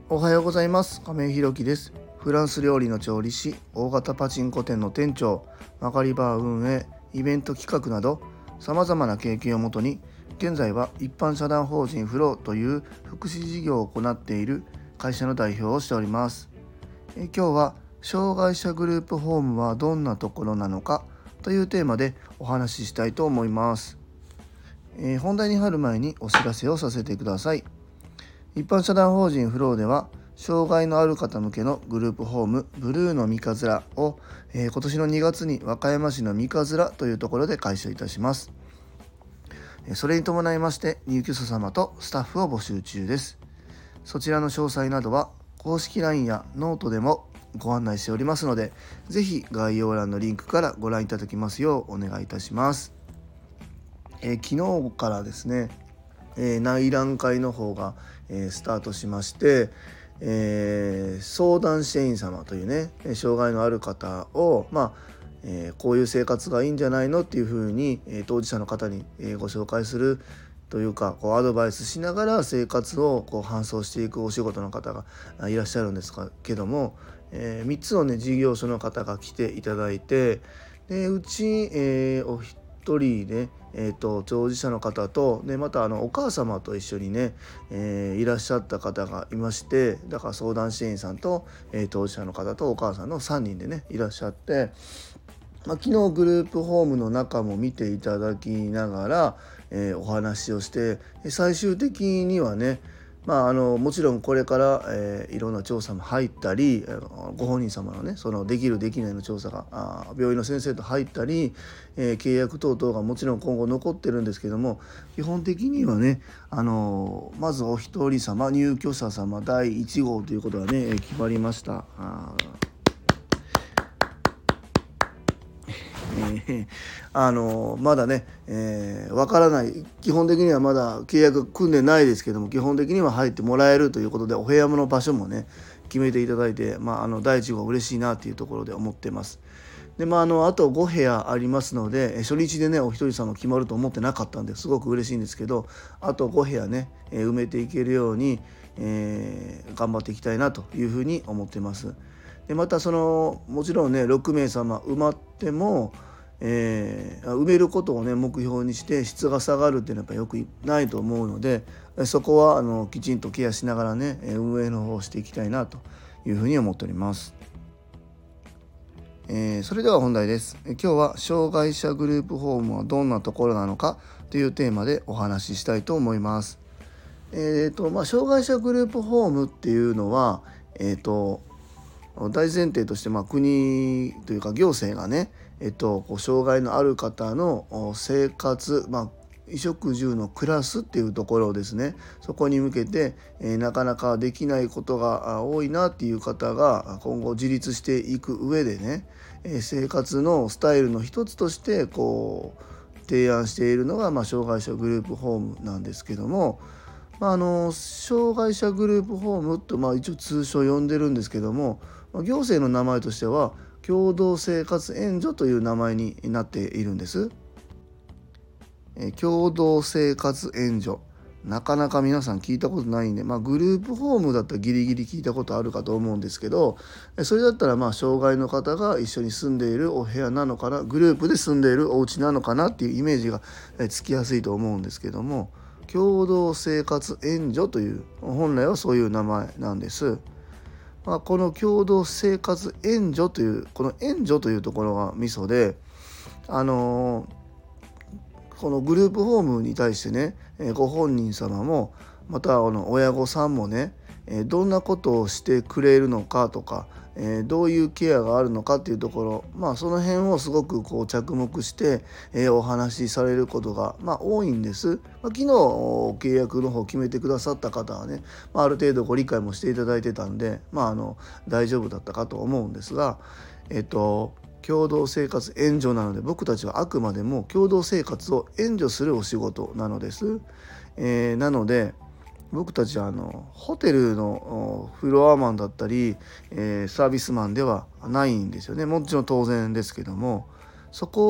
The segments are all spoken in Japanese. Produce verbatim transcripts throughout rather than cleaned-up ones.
おはようございます。亀井ひろきです。フランス料理の調理師、大型パチンコ店の店長、マカリバー運営、イベント企画など様々な経験をもとに、現在は一般社団法人フローという福祉事業を行っている会社の代表をしております。え今日は障害者グループホームはどんなところなのかというテーマでお話ししたいと思います。えー本題に入る前にお知らせをさせてください。一般社団法人フローでは、障害のある方向けのグループホームブルーの三日面を、えー今年のにがつに和歌山市の三日面というところで開催いたします。えーそれに伴いまして入居者様とスタッフを募集中です。そちらの詳細などは公式 ライン やノートでもご案内しておりますので、ぜひ概要欄のリンクからご覧いただきますようお願いいたします。えー昨日からですね、えー内覧会の方が、えースタートしまして、えー相談支援員様というね、障害のある方を、まあえーこういう生活がいいんじゃないのっていうふうに、えー当事者の方に、えーご紹介するというか、こうアドバイスしながら生活をこう搬送していくお仕事の方があいらっしゃるんですけども、えーみっつのね事業所の方が来ていただいて、でうち、えーお一人ね、えー、と当事者の方と、でまたあのお母様と一緒にね、えーいらっしゃった方がいまして、だから相談支援員さんと、えー当事者の方とお母さんのさんにんでねいらっしゃって、まあ、昨日グループホームの中も見ていただきながら、えーお話をして、最終的にはね、まあ、あのもちろんこれから、えーいろんな調査も入ったり、あのご本人様のねそのできるできないの調査があ病院の先生と入ったり、えー契約等々がもちろん今後残ってるんですけども、基本的にはね、あのまずお一人様入居者様だいいち号ということがね、えー決まりました。あえーあのまだね、えーわからない、基本的にはまだ契約組んでないですけども、基本的には入ってもらえるということで、お部屋の場所もね決めていただいて、まあ、あの第一号嬉しいなというところで思ってます。でまあ、あのあとご部屋ありますので、初日でねお一人様決まると思ってなかったんですごく嬉しいんですけど、あとご部屋ね、えー埋めていけるように、えー頑張っていきたいなというふうに思ってます。でまたそのもちろんねろくめい様埋まっても、えー埋めることをね目標にして質が下がるっていうのはやっぱよくないと思うので、そこはあのきちんとケアしながらね運営の方をしていきたいなというふうに思っております。えーそれでは本題です。え今日は障害者グループホームはどんなところなのかというテーマでお話ししたいと思います。えーとまあ、障害者グループホームっていうのは、えーと大前提として、まあ、国というか行政がね、えっと、こう障害のある方のお生活、まあ、衣食住の暮らすっていうところをですね、そこに向けて、えーなかなかできないことがあ多いなっていう方が今後自立していく上でね、えー生活のスタイルの一つとしてこう提案しているのが、まあ、障害者グループホームなんですけども、まあ、あの障害者グループホームと、まあ、一応通称呼んでるんですけども、まあ行政の名前としては共同生活援助という名前になっているんです。えー共同生活援助、なかなか皆さん聞いたことないんで、まあ、グループホームだったらギリギリ聞いたことあるかと思うんですけど、えそれだったらまあ障害の方が一緒に住んでいるお部屋なのかな、グループで住んでいるお家なのかなっていうイメージがえつきやすいと思うんですけども、共同生活援助という本来はそういう名前なんです。まあ、この共同生活援助というこの援助というところがミソで、あのーこのグループホームに対してね、えーご本人様もまたあの親御さんもね、えーどんなことをしてくれるのかとか、えーどういうケアがあるのかっていうところ、まあその辺をすごくこう着目して、えーお話しされることがまあ多いんです。まあ、昨日契約の方を決めてくださった方はね、まあ、ある程度ご理解もしていただいてたんで、まああの大丈夫だったかと思うんですが、えっと共同生活援助なので、僕たちはあくまでも共同生活を援助するお仕事なのです。えーなので僕たちはあのホテルのおフロアマンだったり、えーサービスマンではないんですよね。もちろん当然ですけども、そこを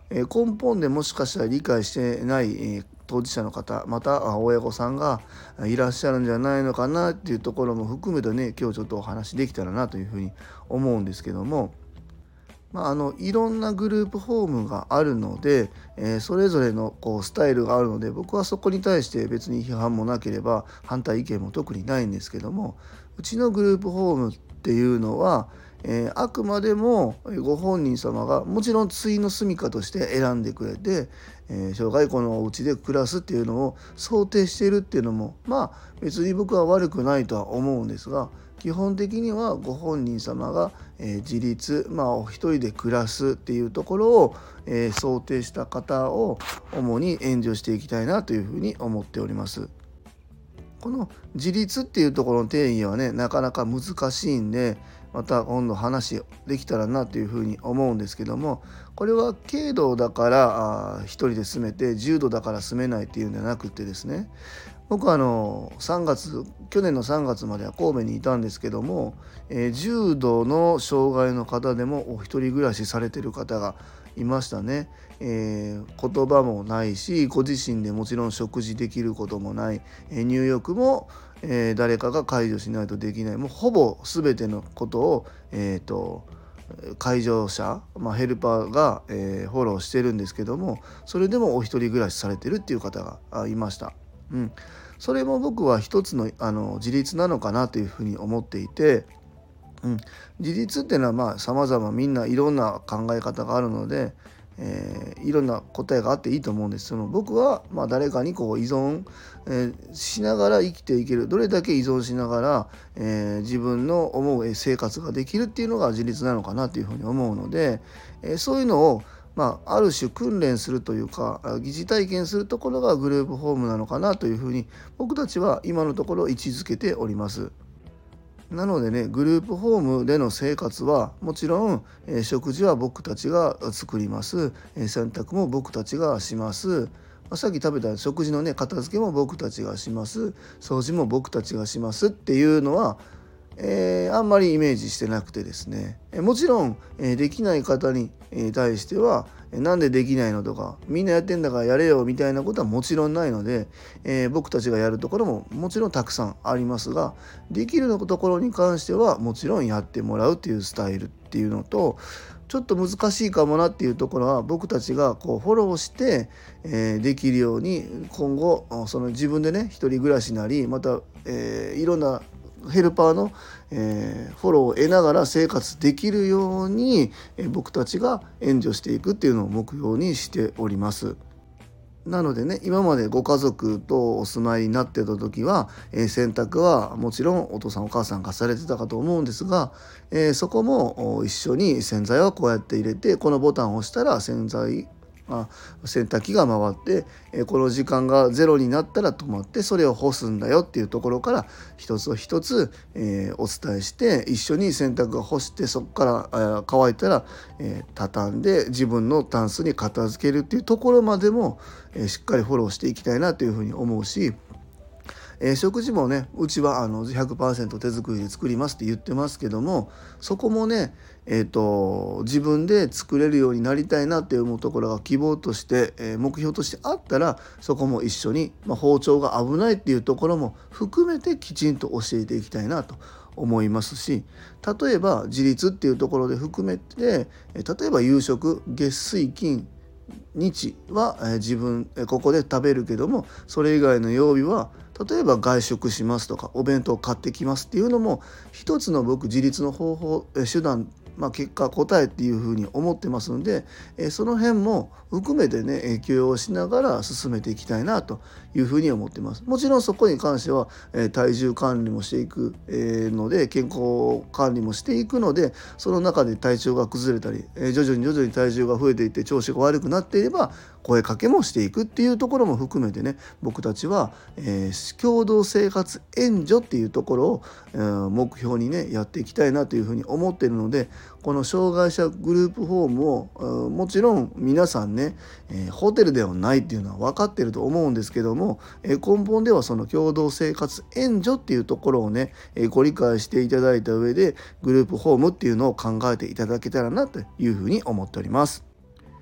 えー根本でもしかしたら理解してない、えー当事者の方、またあ親御さんがいらっしゃるんじゃないのかなっていうところも含めてね、今日ちょっとお話できたらなというふうに思うんですけども、まあ、あのいろんなグループホームがあるので、えーそれぞれのこうスタイルがあるので、僕はそこに対して別に批判もなければ反対意見も特にないんですけども、うちのグループホームっていうのは、えーあくまでもご本人様がもちろん対の住処として選んでくれて、えー、障害このお家で暮らすっていうのを想定しているっていうのも、まあ別に僕は悪くないとは思うんですが、基本的にはご本人様が、えー自立、まあお一人で暮らすっていうところを、えー想定した方を主に援助していきたいなというふうに思っております。この自立っていうところの定義はね、なかなか難しいんで、また今度話できたらなというふうに思うんですけども、これは軽度だからあー一人で住めて、重度だから住めないっていうんじゃなくてですね、僕はあのさんがつ去年のさんがつまでは神戸にいたんですけども、えー重度の障害の方でもお一人暮らしされてる方がいましたね。えー言葉もないし、ご自身でもちろん食事できることもない、えー入浴も、えー誰かが介助しないとできない、もうほぼ全てのことを、えーと介助者、まあ、ヘルパーが、えーフォローしてるんですけども、それでもお一人暮らしされてるっていう方があいました。うん、それも僕は一つの、あの自立なのかなというふうに思っていて、うん、自立っていうのはまあ様々みんないろんな考え方があるので、えーいろんな答えがあっていいと思うんです。その僕はまあ誰かにこう依存、えーしながら生きていける、どれだけ依存しながら、えー自分の思う生活ができるっていうのが自立なのかなというふうに思うので、えーそういうのをまあ、ある種訓練するというか疑似体験するところがグループホームなのかなというふうに僕たちは今のところ位置づけております。なのでね、グループホームでの生活はもちろん、えー食事は僕たちが作ります、えー洗濯も僕たちがします、まあさっき食べた食事のね片付けも僕たちがします、掃除も僕たちがしますっていうのは、えーあんまりイメージしてなくてですね、えーもちろん、えーできない方に、えー対してはえーなんでできないのとか、みんなやってんだからやれよみたいなことはもちろんないので、えー僕たちがやるところももちろんたくさんありますが、できるところに関してはもちろんやってもらうっていうスタイルっていうのと、ちょっと難しいかもなっていうところは僕たちがこうフォローして、えーできるように今後その自分でね一人暮らしなり、また、えーいろんなヘルパーの、えーフォローを得ながら生活できるように、えー僕たちが援助していくっていうのを目標にしております。なのでね、今までご家族とお住まいになってた時は、えー洗濯はもちろんお父さんお母さんがされてたかと思うんですが、えーそこもお一緒に洗剤はこうやって入れて、このボタンを押したら洗剤あ洗濯機が回って、えーこの時間がゼロになったら止まってそれを干すんだよっていうところから一つ一つ、えーお伝えして、一緒に洗濯を干して、そこから、えー乾いたら、えー畳んで自分のタンスに片付けるっていうところまでも、えーしっかりフォローしていきたいなというふうに思うし、えー食事もね、うちはあの ひゃくパーセント 手作りで作りますって言ってますけども、そこもね、えーと自分で作れるようになりたいなって思うところが希望として、えー目標としてあったら、そこも一緒に、まあ、包丁が危ないっていうところも含めてきちんと教えていきたいなと思いますし、例えば自立っていうところで含めて、えー例えば夕食月水金日は、えー自分、えーここで食べるけども、それ以外の曜日は例えば外食しますとかお弁当を買ってきますっていうのも一つの僕自立の方法、えー手段、まあ、結果答えっていうふうに思ってますので、えーその辺も含めてねえー許容しながら進めていきたいなというふうに思ってます。もちろんそこに関しては、えー体重管理もしていく、えーので健康管理もしていくので、その中で体調が崩れたり、えー徐々に徐々に体重が増えていって調子が悪くなっていれば声かけもしていくっていうところも含めてね、僕たちは、えー共同生活援助っていうところを、えー目標にねやっていきたいなというふうに思っているので、この障害者グループホームを、うんもちろん皆さんね、えーホテルではないっていうのは分かってると思うんですけども、えー根本ではその共同生活援助っていうところをね、えーご理解していただいた上でグループホームっていうのを考えていただけたらなというふうに思っております。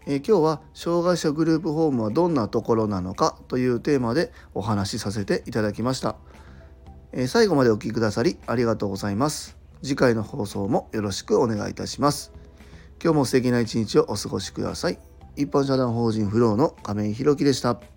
えー今日は障害者グループホームはどんなところなのかというテーマでお話しさせていただきました。えー最後までお聞きくださりありがとうございます。次回の放送もよろしくお願いいたします。今日も素敵な一日をお過ごしください。一般社団法人フローの亀井宏樹でした。